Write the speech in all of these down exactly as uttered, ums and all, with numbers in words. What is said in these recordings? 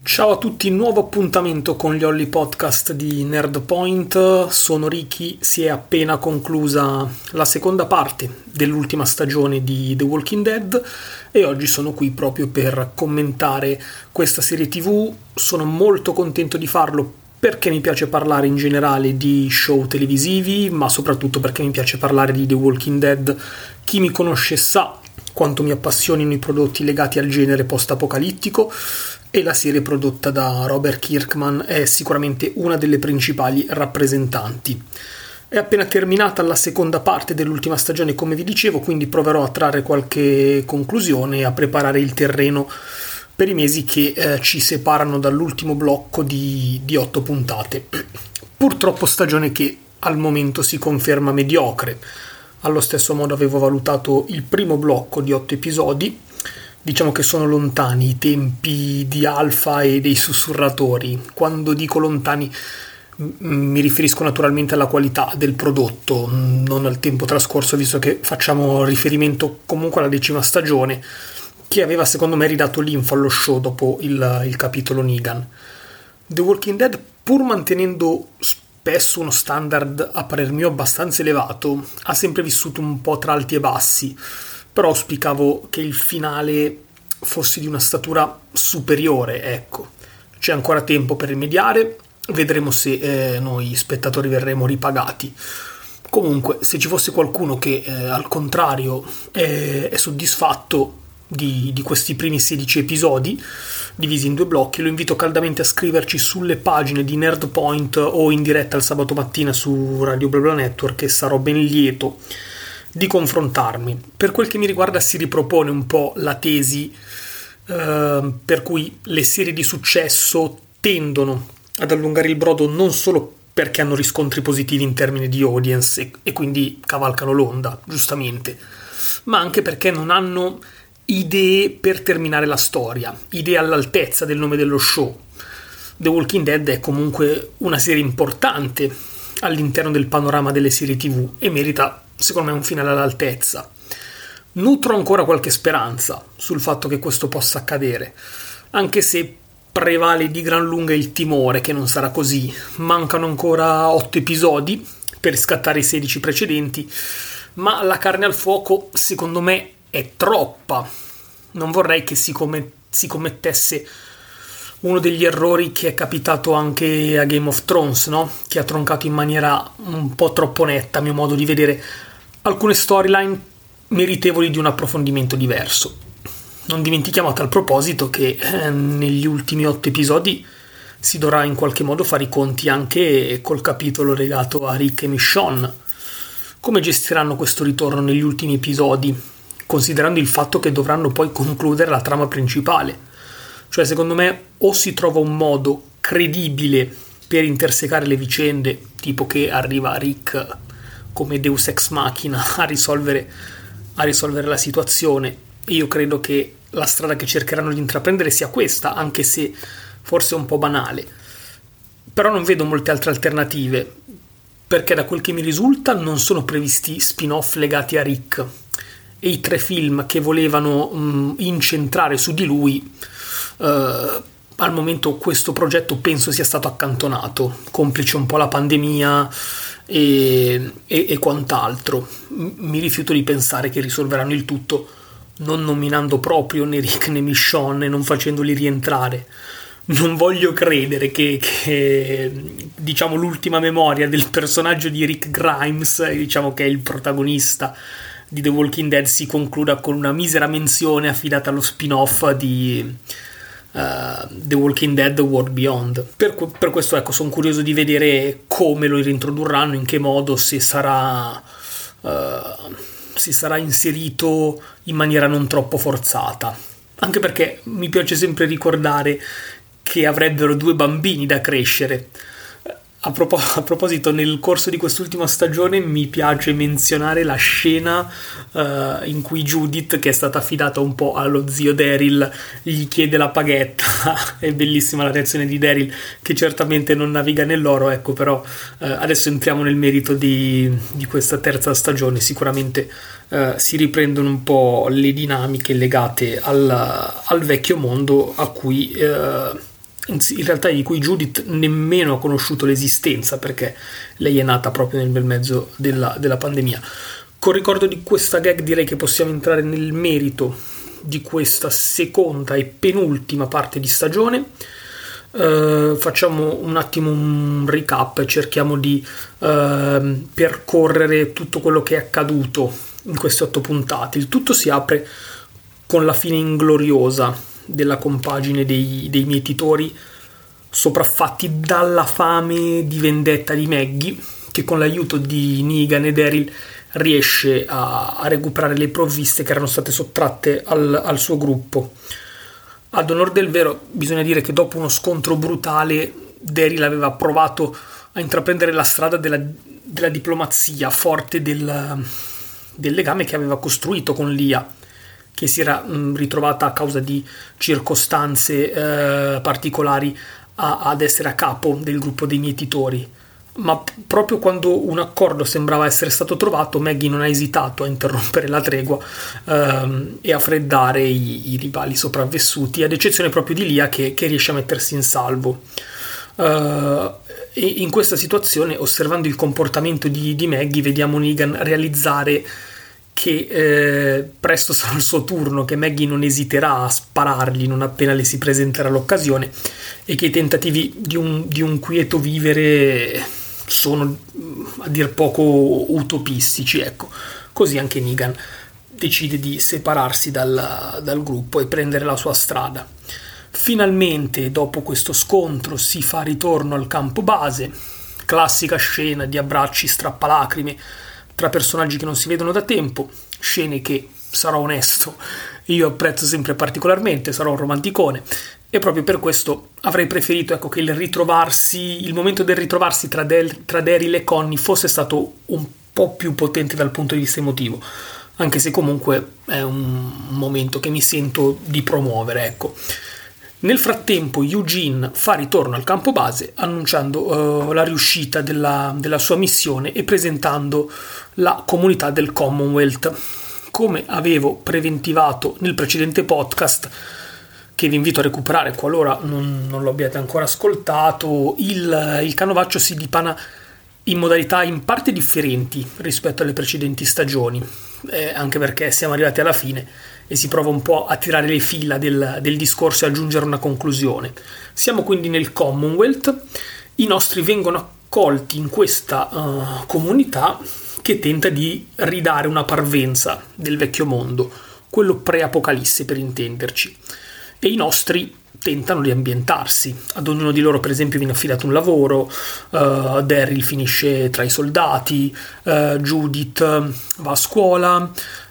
Ciao a tutti, nuovo appuntamento con gli Olly Podcast di Nerdpoint. Sono Ricky, si è appena conclusa la seconda parte dell'ultima stagione di The Walking Dead e oggi sono qui proprio per commentare questa serie tivù. Sono molto contento di farlo perché mi piace parlare in generale di show televisivi, ma soprattutto perché mi piace parlare di The Walking Dead. Chi mi conosce sa quanto mi appassionino i prodotti legati al genere post-apocalittico e la serie prodotta da Robert Kirkman è sicuramente una delle principali rappresentanti. È appena terminata la seconda parte dell'ultima stagione, come vi dicevo, quindi proverò a trarre qualche conclusione e a preparare il terreno per i mesi che eh, ci separano dall'ultimo blocco di, di otto puntate. Purtroppo stagione che al momento si conferma mediocre. Allo stesso modo avevo valutato il primo blocco di otto episodi. Diciamo che sono lontani i tempi di Alpha e dei sussurratori. Quando dico lontani m- mi riferisco naturalmente alla qualità del prodotto, non al tempo trascorso, visto che facciamo riferimento comunque alla decima stagione, che aveva secondo me ridato linfa allo show dopo il, il capitolo Negan. The Walking Dead, pur mantenendo spesso uno standard a parer mio abbastanza elevato, ha sempre vissuto un po' tra alti e bassi, però auspicavo che il finale fosse di una statura superiore, ecco. C'è ancora tempo per rimediare, vedremo se eh, noi spettatori verremo ripagati. Comunque, se ci fosse qualcuno che eh, al contrario è, è soddisfatto di, di questi primi sedici episodi divisi in due blocchi, lo invito caldamente a scriverci sulle pagine di Nerdpoint o in diretta il sabato mattina su Radio BlaBla Network, e sarò ben lieto di confrontarmi. Per quel che mi riguarda si ripropone un po' la tesi eh, per cui le serie di successo tendono ad allungare il brodo non solo perché hanno riscontri positivi in termini di audience e, e quindi cavalcano l'onda, giustamente, ma anche perché non hanno idee per terminare la storia, idee all'altezza del nome dello show. The Walking Dead è comunque una serie importante all'interno del panorama delle serie tivù e merita, secondo me, un finale all'altezza. Nutro ancora qualche speranza sul fatto che questo possa accadere, anche se prevale di gran lunga il timore che non sarà così. Mancano ancora otto episodi per scattare i sedici precedenti, ma la carne al fuoco, secondo me, è troppa. Non vorrei che si, com- si commettesse uno degli errori che è capitato anche a Game of Thrones, no? Che ha troncato in maniera un po' troppo netta, a mio modo di vedere, alcune storyline meritevoli di un approfondimento diverso. Non dimentichiamo a tal proposito che eh, negli ultimi otto episodi si dovrà in qualche modo fare i conti anche col capitolo legato a Rick e Michonne. Come gestiranno questo ritorno negli ultimi episodi, considerando il fatto che dovranno poi concludere la trama principale? Cioè, secondo me, o si trova un modo credibile per intersecare le vicende, tipo che arriva Rick come Deus Ex Machina a risolvere, a risolvere la situazione. Io credo che la strada che cercheranno di intraprendere sia questa, anche se forse è un po' banale. Però non vedo molte altre alternative, perché da quel che mi risulta non sono previsti spin-off legati a Rick, e i tre film che volevano mh, incentrare su di lui, Uh, al momento questo progetto penso sia stato accantonato, complice un po' la pandemia e, e, e quant'altro. M- mi rifiuto di pensare che risolveranno il tutto non nominando proprio né Rick né Michonne e non facendoli rientrare. Non voglio credere che, che diciamo l'ultima memoria del personaggio di Rick Grimes, diciamo che è il protagonista di The Walking Dead, si concluda con una misera menzione affidata allo spin-off di Uh, The Walking Dead World Beyond. Per, per questo, ecco, sono curioso di vedere come lo reintrodurranno, in che modo, se sarà uh, si sarà inserito in maniera non troppo forzata, anche perché mi piace sempre ricordare che avrebbero due bambini da crescere. A, propos- a proposito, nel corso di quest'ultima stagione mi piace menzionare la scena uh, in cui Judith, che è stata affidata un po' allo zio Daryl, gli chiede la paghetta. È bellissima la reazione di Daryl, che certamente non naviga nell'oro, ecco. Però uh, adesso entriamo nel merito di, di questa terza stagione. Sicuramente uh, si riprendono un po' le dinamiche legate al, al vecchio mondo a cui uh, in realtà di cui Judith nemmeno ha conosciuto l'esistenza, perché lei è nata proprio nel bel mezzo della, della pandemia. Con ricordo di questa gag direi che possiamo entrare nel merito di questa seconda e penultima parte di stagione. Uh, facciamo un attimo un recap e cerchiamo di uh, percorrere tutto quello che è accaduto in queste otto puntate. Il tutto si apre con la fine ingloriosa della compagine dei, dei mietitori, sopraffatti dalla fame di vendetta di Maggie, che con l'aiuto di Negan e Daryl riesce a, a recuperare le provviste che erano state sottratte al, al suo gruppo. Ad onor del vero bisogna dire che dopo uno scontro brutale Daryl aveva provato a intraprendere la strada della, della diplomazia, forte del, del legame che aveva costruito con Lia, che si era mh, ritrovata a causa di circostanze eh, particolari a, ad essere a capo del gruppo dei mietitori. Ma p- proprio quando un accordo sembrava essere stato trovato, Maggie non ha esitato a interrompere la tregua ehm, e a freddare i, i rivali sopravvissuti, ad eccezione proprio di Lia che, che riesce a mettersi in salvo. Uh, e in questa situazione, osservando il comportamento di, di Maggie, vediamo Negan realizzare che eh, presto sarà il suo turno, che Maggie non esiterà a sparargli non appena le si presenterà l'occasione, e che i tentativi di un, di un quieto vivere sono a dir poco utopistici, ecco. Così anche Negan decide di separarsi dal, dal gruppo e prendere la sua strada. Finalmente, dopo questo scontro, si fa ritorno al campo base, classica scena di abbracci strappalacrime tra personaggi che non si vedono da tempo, scene che, sarò onesto, io apprezzo sempre particolarmente, sarò un romanticone, e proprio per questo avrei preferito, ecco, che il ritrovarsi, il momento del ritrovarsi tra, Del, tra Daryl e Connie fosse stato un po' più potente dal punto di vista emotivo, anche se comunque è un momento che mi sento di promuovere, ecco. Nel frattempo Eugene fa ritorno al campo base annunciando uh, la riuscita della, della sua missione e presentando la comunità del Commonwealth. Come avevo preventivato nel precedente podcast, che vi invito a recuperare qualora non, non lo abbiate ancora ascoltato, il, il canovaccio si dipana in modalità in parte differenti rispetto alle precedenti stagioni, eh, anche perché siamo arrivati alla fine e si prova un po' a tirare le fila del, del discorso e aggiungere una conclusione. Siamo quindi nel Commonwealth, i nostri vengono accolti in questa uh, comunità che tenta di ridare una parvenza del vecchio mondo, quello pre-apocalisse per intenderci, e i nostri tentano di ambientarsi. Ad ognuno di loro per esempio viene affidato un lavoro, uh, Daryl finisce tra i soldati, uh, Judith va a scuola,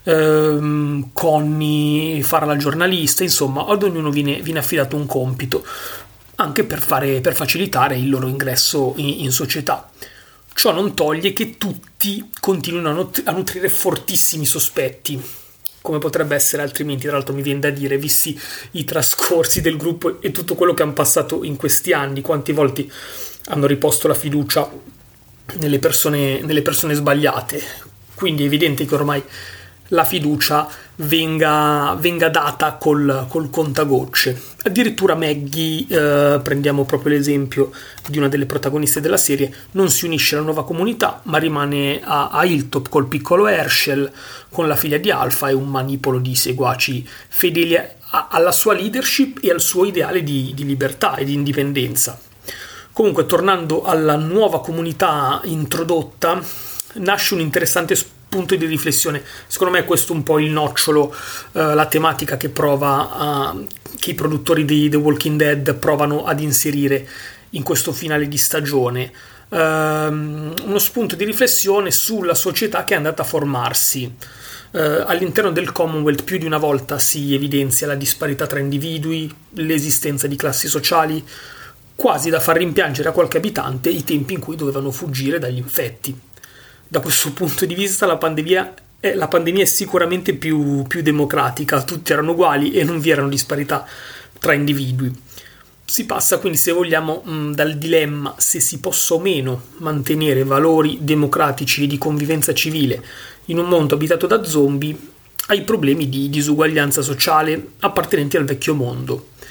uh, Connie farà la giornalista, insomma ad ognuno viene, viene affidato un compito, anche per, fare, per facilitare il loro ingresso in, in società. Ciò non toglie che tutti continuino a, nut- a nutrire fortissimi sospetti, come potrebbe essere altrimenti, tra l'altro mi viene da dire, visti i trascorsi del gruppo e tutto quello che hanno passato in questi anni, quanti volte hanno riposto la fiducia nelle persone, nelle persone sbagliate. Quindi è evidente che ormai la fiducia venga, venga data col, col contagocce. Addirittura Maggie, eh, prendiamo proprio l'esempio di una delle protagoniste della serie, non si unisce alla nuova comunità, ma rimane a, a Hilltop col piccolo Herschel, con la figlia di Alpha e un manipolo di seguaci fedeli a, alla sua leadership e al suo ideale di, di libertà e di indipendenza. Comunque, tornando alla nuova comunità introdotta, nasce un interessante punto di riflessione. Secondo me questo è un po' il nocciolo, eh, la tematica che prova uh, che i produttori di The Walking Dead provano ad inserire in questo finale di stagione. Uh, uno spunto di riflessione sulla società che è andata a formarsi. Uh, all'interno del Commonwealth più di una volta si evidenzia la disparità tra individui, l'esistenza di classi sociali, quasi da far rimpiangere a qualche abitante i tempi in cui dovevano fuggire dagli infetti. Da questo punto di vista la pandemia è, la pandemia è sicuramente più, più democratica, tutti erano uguali e non vi erano disparità tra individui. Si passa quindi, se vogliamo, mh, dal dilemma se si possa o meno mantenere valori democratici e di convivenza civile in un mondo abitato da zombie ai problemi di disuguaglianza sociale appartenenti al vecchio mondo.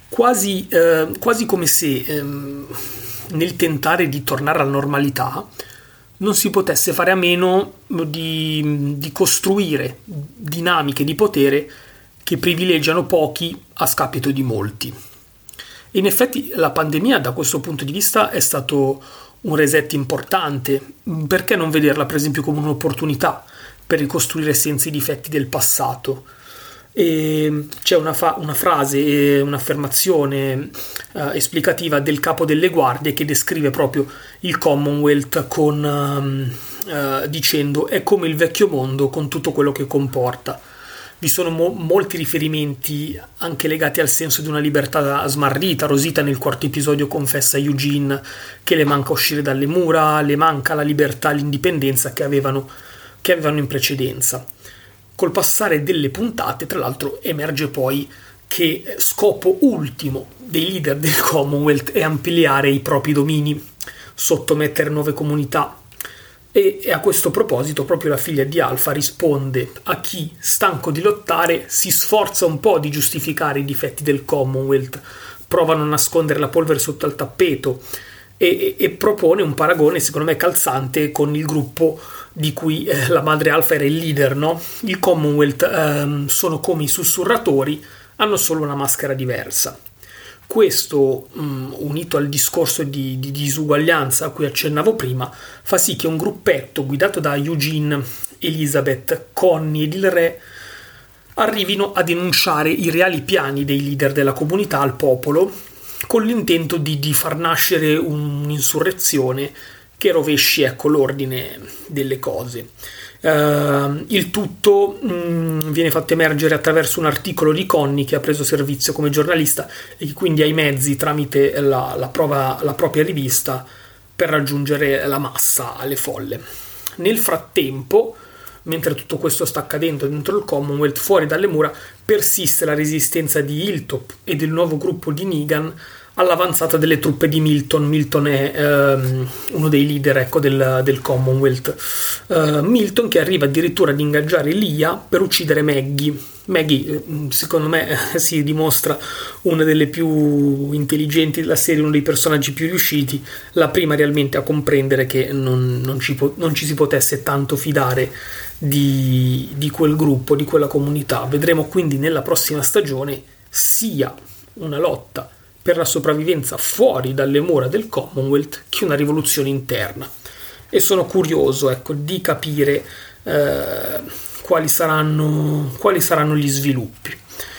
quasi, eh, quasi come se ehm, nel tentare di tornare alla normalità non si potesse fare a meno di, di costruire dinamiche di potere che privilegiano pochi a scapito di molti. E in effetti la pandemia da questo punto di vista è stato un reset importante. Perché non vederla per esempio come un'opportunità per ricostruire senza i difetti del passato? E c'è una, fa- una frase, un'affermazione eh, esplicativa del capo delle guardie che descrive proprio il Commonwealth con, um, eh, dicendo: è come il vecchio mondo con tutto quello che comporta. Vi sono mo- molti riferimenti anche legati al senso di una libertà smarrita. Rosita nel quarto episodio confessa a Eugene che le manca uscire dalle mura, le manca la libertà e l'indipendenza che avevano, che avevano in precedenza. Col passare delle puntate, tra l'altro, emerge poi che scopo ultimo dei leader del Commonwealth è ampliare i propri domini, sottomettere nuove comunità. E, e a questo proposito proprio la figlia di Alpha risponde a chi, stanco di lottare, si sforza un po' di giustificare i difetti del Commonwealth, provano a nascondere la polvere sotto al tappeto e, e, e propone un paragone secondo me calzante con il gruppo di cui eh, la madre Alpha era il leader, no? Il Commonwealth ehm, sono come i sussurratori, hanno solo una maschera diversa. Questo, mh, unito al discorso di, di disuguaglianza a cui accennavo prima, fa sì che un gruppetto guidato da Eugene, Elizabeth, Connie ed il re arrivino a denunciare i reali piani dei leader della comunità al popolo, con l'intento di, di far nascere un'insurrezione che rovesci, ecco, l'ordine delle cose. Uh, il tutto mh, viene fatto emergere attraverso un articolo di Connie che ha preso servizio come giornalista e che quindi ha i mezzi tramite la, la, prova, la propria rivista per raggiungere la massa, alle folle. Nel frattempo, mentre tutto questo sta accadendo dentro il Commonwealth, fuori dalle mura persiste la resistenza di Hilltop e del nuovo gruppo di Negan all'avanzata delle truppe di Milton. Milton è ehm, uno dei leader, ecco, del, del Commonwealth. Uh, Milton che arriva addirittura ad ingaggiare Lia per uccidere Maggie. Maggie, secondo me, si dimostra una delle più intelligenti della serie, uno dei personaggi più riusciti, la prima realmente a comprendere che non, non, ci, po- non ci si potesse tanto fidare di, di quel gruppo, di quella comunità. Vedremo quindi nella prossima stagione sia una lotta per la sopravvivenza fuori dalle mura del Commonwealth che una rivoluzione interna. E sono curioso, ecco, di capire eh, quali saranno, quali saranno gli sviluppi.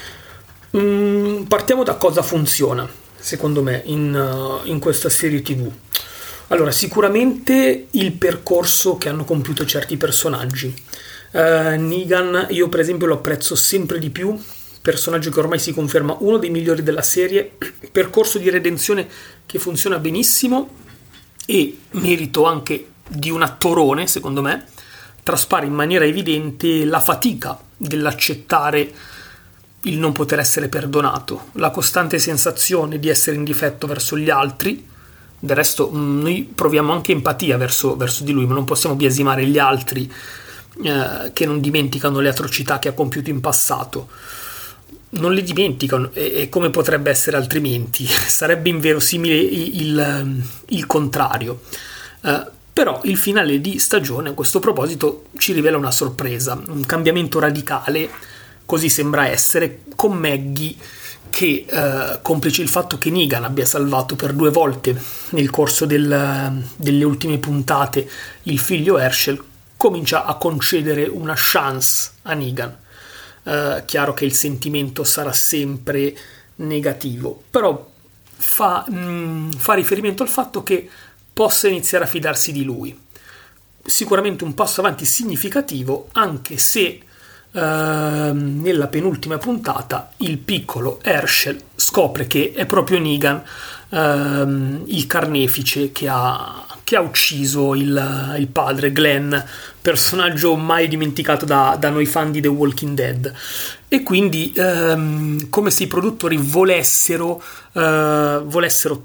Mm, partiamo da cosa funziona, secondo me, in, uh, in questa serie tivù. Allora, sicuramente il percorso che hanno compiuto certi personaggi. Uh, Negan, io per esempio lo apprezzo sempre di più, personaggio che ormai si conferma uno dei migliori della serie, percorso di redenzione che funziona benissimo e merito anche di un attorone, secondo me. Traspare in maniera evidente la fatica dell'accettare il non poter essere perdonato, la costante sensazione di essere in difetto verso gli altri. Del resto noi proviamo anche empatia verso, verso di lui, ma non possiamo biasimare gli altri eh, che non dimenticano le atrocità che ha compiuto in passato. Non le dimenticano, e, e come potrebbe essere altrimenti? Sarebbe inverosimile il, il, il contrario. Uh, però il finale di stagione a questo proposito ci rivela una sorpresa, un cambiamento radicale, così sembra essere, con Maggie che, uh, complice il fatto che Negan abbia salvato per due volte nel corso del, delle ultime puntate il figlio Herschel, comincia a concedere una chance a Negan. Uh, chiaro che il sentimento sarà sempre negativo, però fa, mh, fa riferimento al fatto che possa iniziare a fidarsi di lui. Sicuramente un passo avanti significativo, anche se uh, nella penultima puntata il piccolo Herschel scopre che è proprio Negan uh, il carnefice che ha, che ha ucciso il, il padre, Glenn, personaggio mai dimenticato da, da noi fan di The Walking Dead. E quindi um, come se i produttori volessero uh, volessero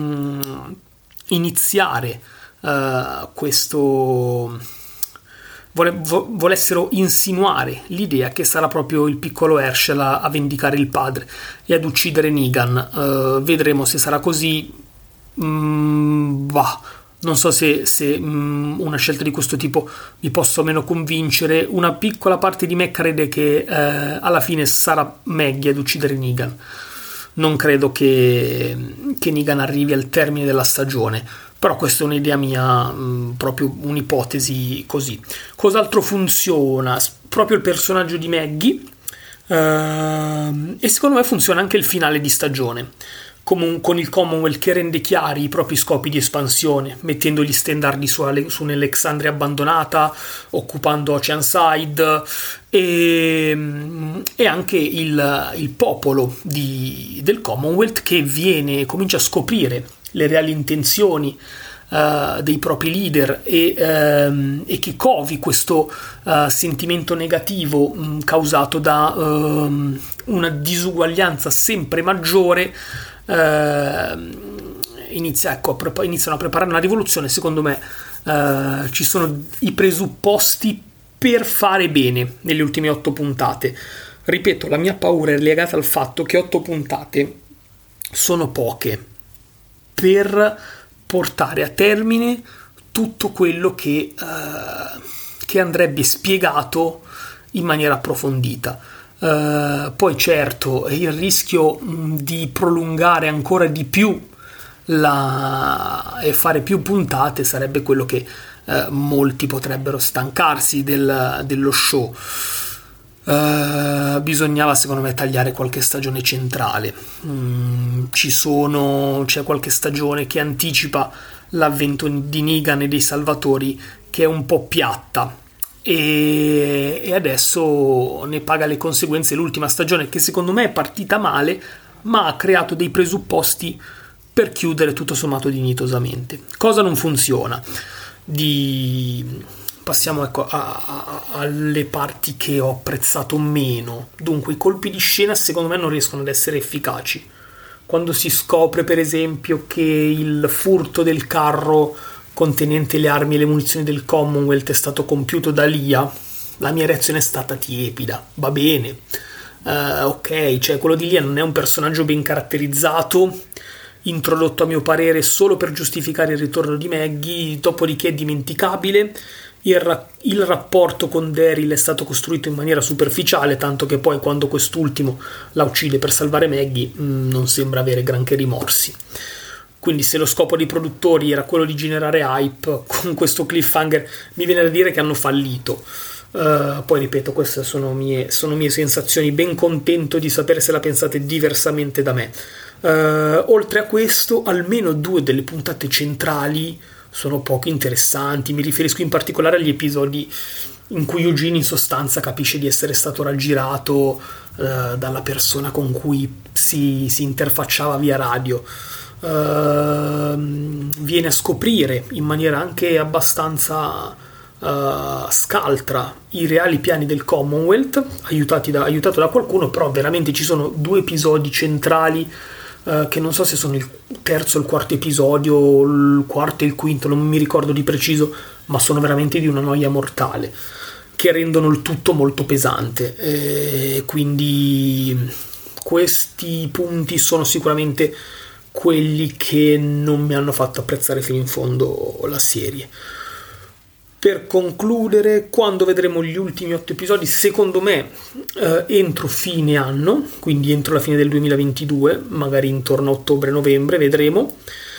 um, iniziare uh, questo vole, vo, volessero insinuare l'idea che sarà proprio il piccolo Herschel a, a vendicare il padre e ad uccidere Negan. Uh, vedremo se sarà così. Mm, bah, non so se, se mm, una scelta di questo tipo mi possa o meno convincere. Una piccola parte di me crede che eh, alla fine sarà Maggie ad uccidere Negan. Non credo che, che Negan arrivi al termine della stagione, però questa è un'idea mia, mh, proprio un'ipotesi così. Cos'altro funziona? Proprio il personaggio di Maggie, uh, e secondo me funziona anche il finale di stagione, con, con il Commonwealth che rende chiari i propri scopi di espansione, mettendo gli stendardi su, su un'Alexandria abbandonata, occupando Oceanside, e, e anche il, il popolo di, del Commonwealth che viene, comincia a scoprire le reali intenzioni uh, dei propri leader e, um, e che covi questo uh, sentimento negativo um, causato da um, una disuguaglianza sempre maggiore. Uh, inizia, ecco, a pre- iniziano a preparare una rivoluzione. Secondo me uh, ci sono i presupposti per fare bene nelle ultime otto puntate. Ripeto, la mia paura è legata al fatto che otto puntate sono poche per portare a termine tutto quello che, uh, che andrebbe spiegato in maniera approfondita. Uh, poi certo il rischio mh, di prolungare ancora di più la... e fare più puntate sarebbe quello che uh, molti potrebbero stancarsi del, dello show. Uh, bisognava secondo me tagliare qualche stagione centrale. Mm, ci sono c'è qualche stagione che anticipa l'avvento di Negan e dei Salvatori che è un po' piatta, e, e adesso ne paga le conseguenze l'ultima stagione, che secondo me è partita male ma ha creato dei presupposti per chiudere tutto sommato dignitosamente. Cosa non funziona? Di... Passiamo ecco a, a, alle parti che ho apprezzato meno. Dunque, i colpi di scena secondo me non riescono ad essere efficaci. Quando si scopre per esempio che il furto del carro contenente le armi e le munizioni del Commonwealth è stato compiuto da Lia, la mia reazione è stata tiepida. Va bene, uh, ok, cioè quello di Lia non è un personaggio ben caratterizzato, introdotto a mio parere solo per giustificare il ritorno di Maggie, dopodiché è dimenticabile. Il, ra- il rapporto con Daryl è stato costruito in maniera superficiale, tanto che poi quando quest'ultimo la uccide per salvare Maggie mh, non sembra avere granché rimorsi. Quindi se lo scopo dei produttori era quello di generare hype con questo cliffhanger, mi viene da dire che hanno fallito. Uh, poi ripeto, queste sono mie, sono mie sensazioni, ben contento di sapere se la pensate diversamente da me. Uh, oltre a questo, almeno due delle puntate centrali sono poco interessanti. Mi riferisco in particolare agli episodi in cui Eugene in sostanza capisce di essere stato raggirato uh, dalla persona con cui si, si interfacciava via radio. Uh, viene a scoprire in maniera anche abbastanza uh, scaltra i reali piani del Commonwealth, aiutati da, aiutato da qualcuno, però veramente ci sono due episodi centrali uh, che non so se sono il terzo o il quarto episodio, il quarto e il quinto, non mi ricordo di preciso, ma sono veramente di una noia mortale, che rendono il tutto molto pesante, e quindi questi punti sono sicuramente quelli che non mi hanno fatto apprezzare fino in fondo la serie. Per concludere, quando vedremo gli ultimi otto episodi, secondo me eh, entro fine anno, quindi entro la fine del duemilaventidue, magari intorno a ottobre-novembre, vedremo,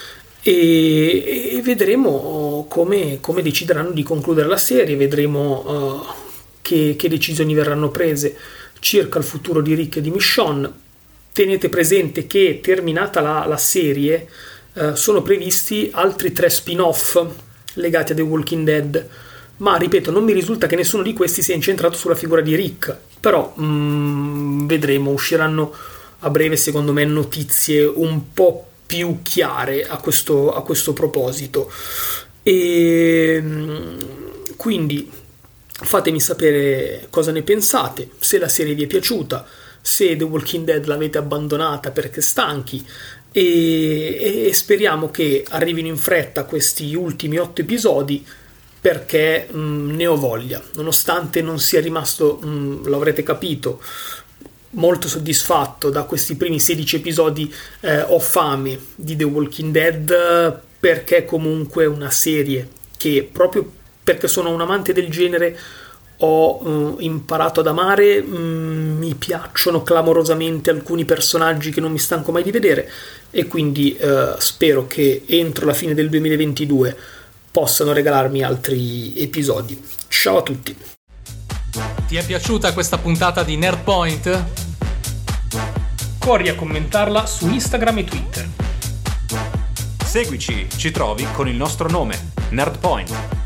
e, e vedremo come, come decideranno di concludere la serie, vedremo uh, che, che decisioni verranno prese circa il futuro di Rick e di Michonne. Tenete presente che terminata la, la serie eh, sono previsti altri tre spin-off legati a The Walking Dead, ma ripeto, non mi risulta che nessuno di questi sia incentrato sulla figura di Rick, però mm, vedremo, usciranno a breve secondo me notizie un po' più chiare a questo, a questo proposito, e quindi fatemi sapere cosa ne pensate, se la serie vi è piaciuta, se The Walking Dead l'avete abbandonata perché stanchi, e, e speriamo che arrivino in fretta questi ultimi otto episodi perché mh, ne ho voglia, nonostante non sia rimasto, mh, lo avrete capito, molto soddisfatto da questi primi sedici episodi. Eh, ho fame di The Walking Dead, perché comunque è una serie che, proprio perché sono un amante del genere, ho uh, imparato ad amare. Mm, mi piacciono clamorosamente alcuni personaggi che non mi stanco mai di vedere, e quindi uh, spero che entro la fine del duemilaventidue possano regalarmi altri episodi. Ciao a tutti. Ti è piaciuta questa puntata di Nerdpoint? Corri a commentarla su Instagram e Twitter. Seguici, ci trovi con il nostro nome, Nerdpoint.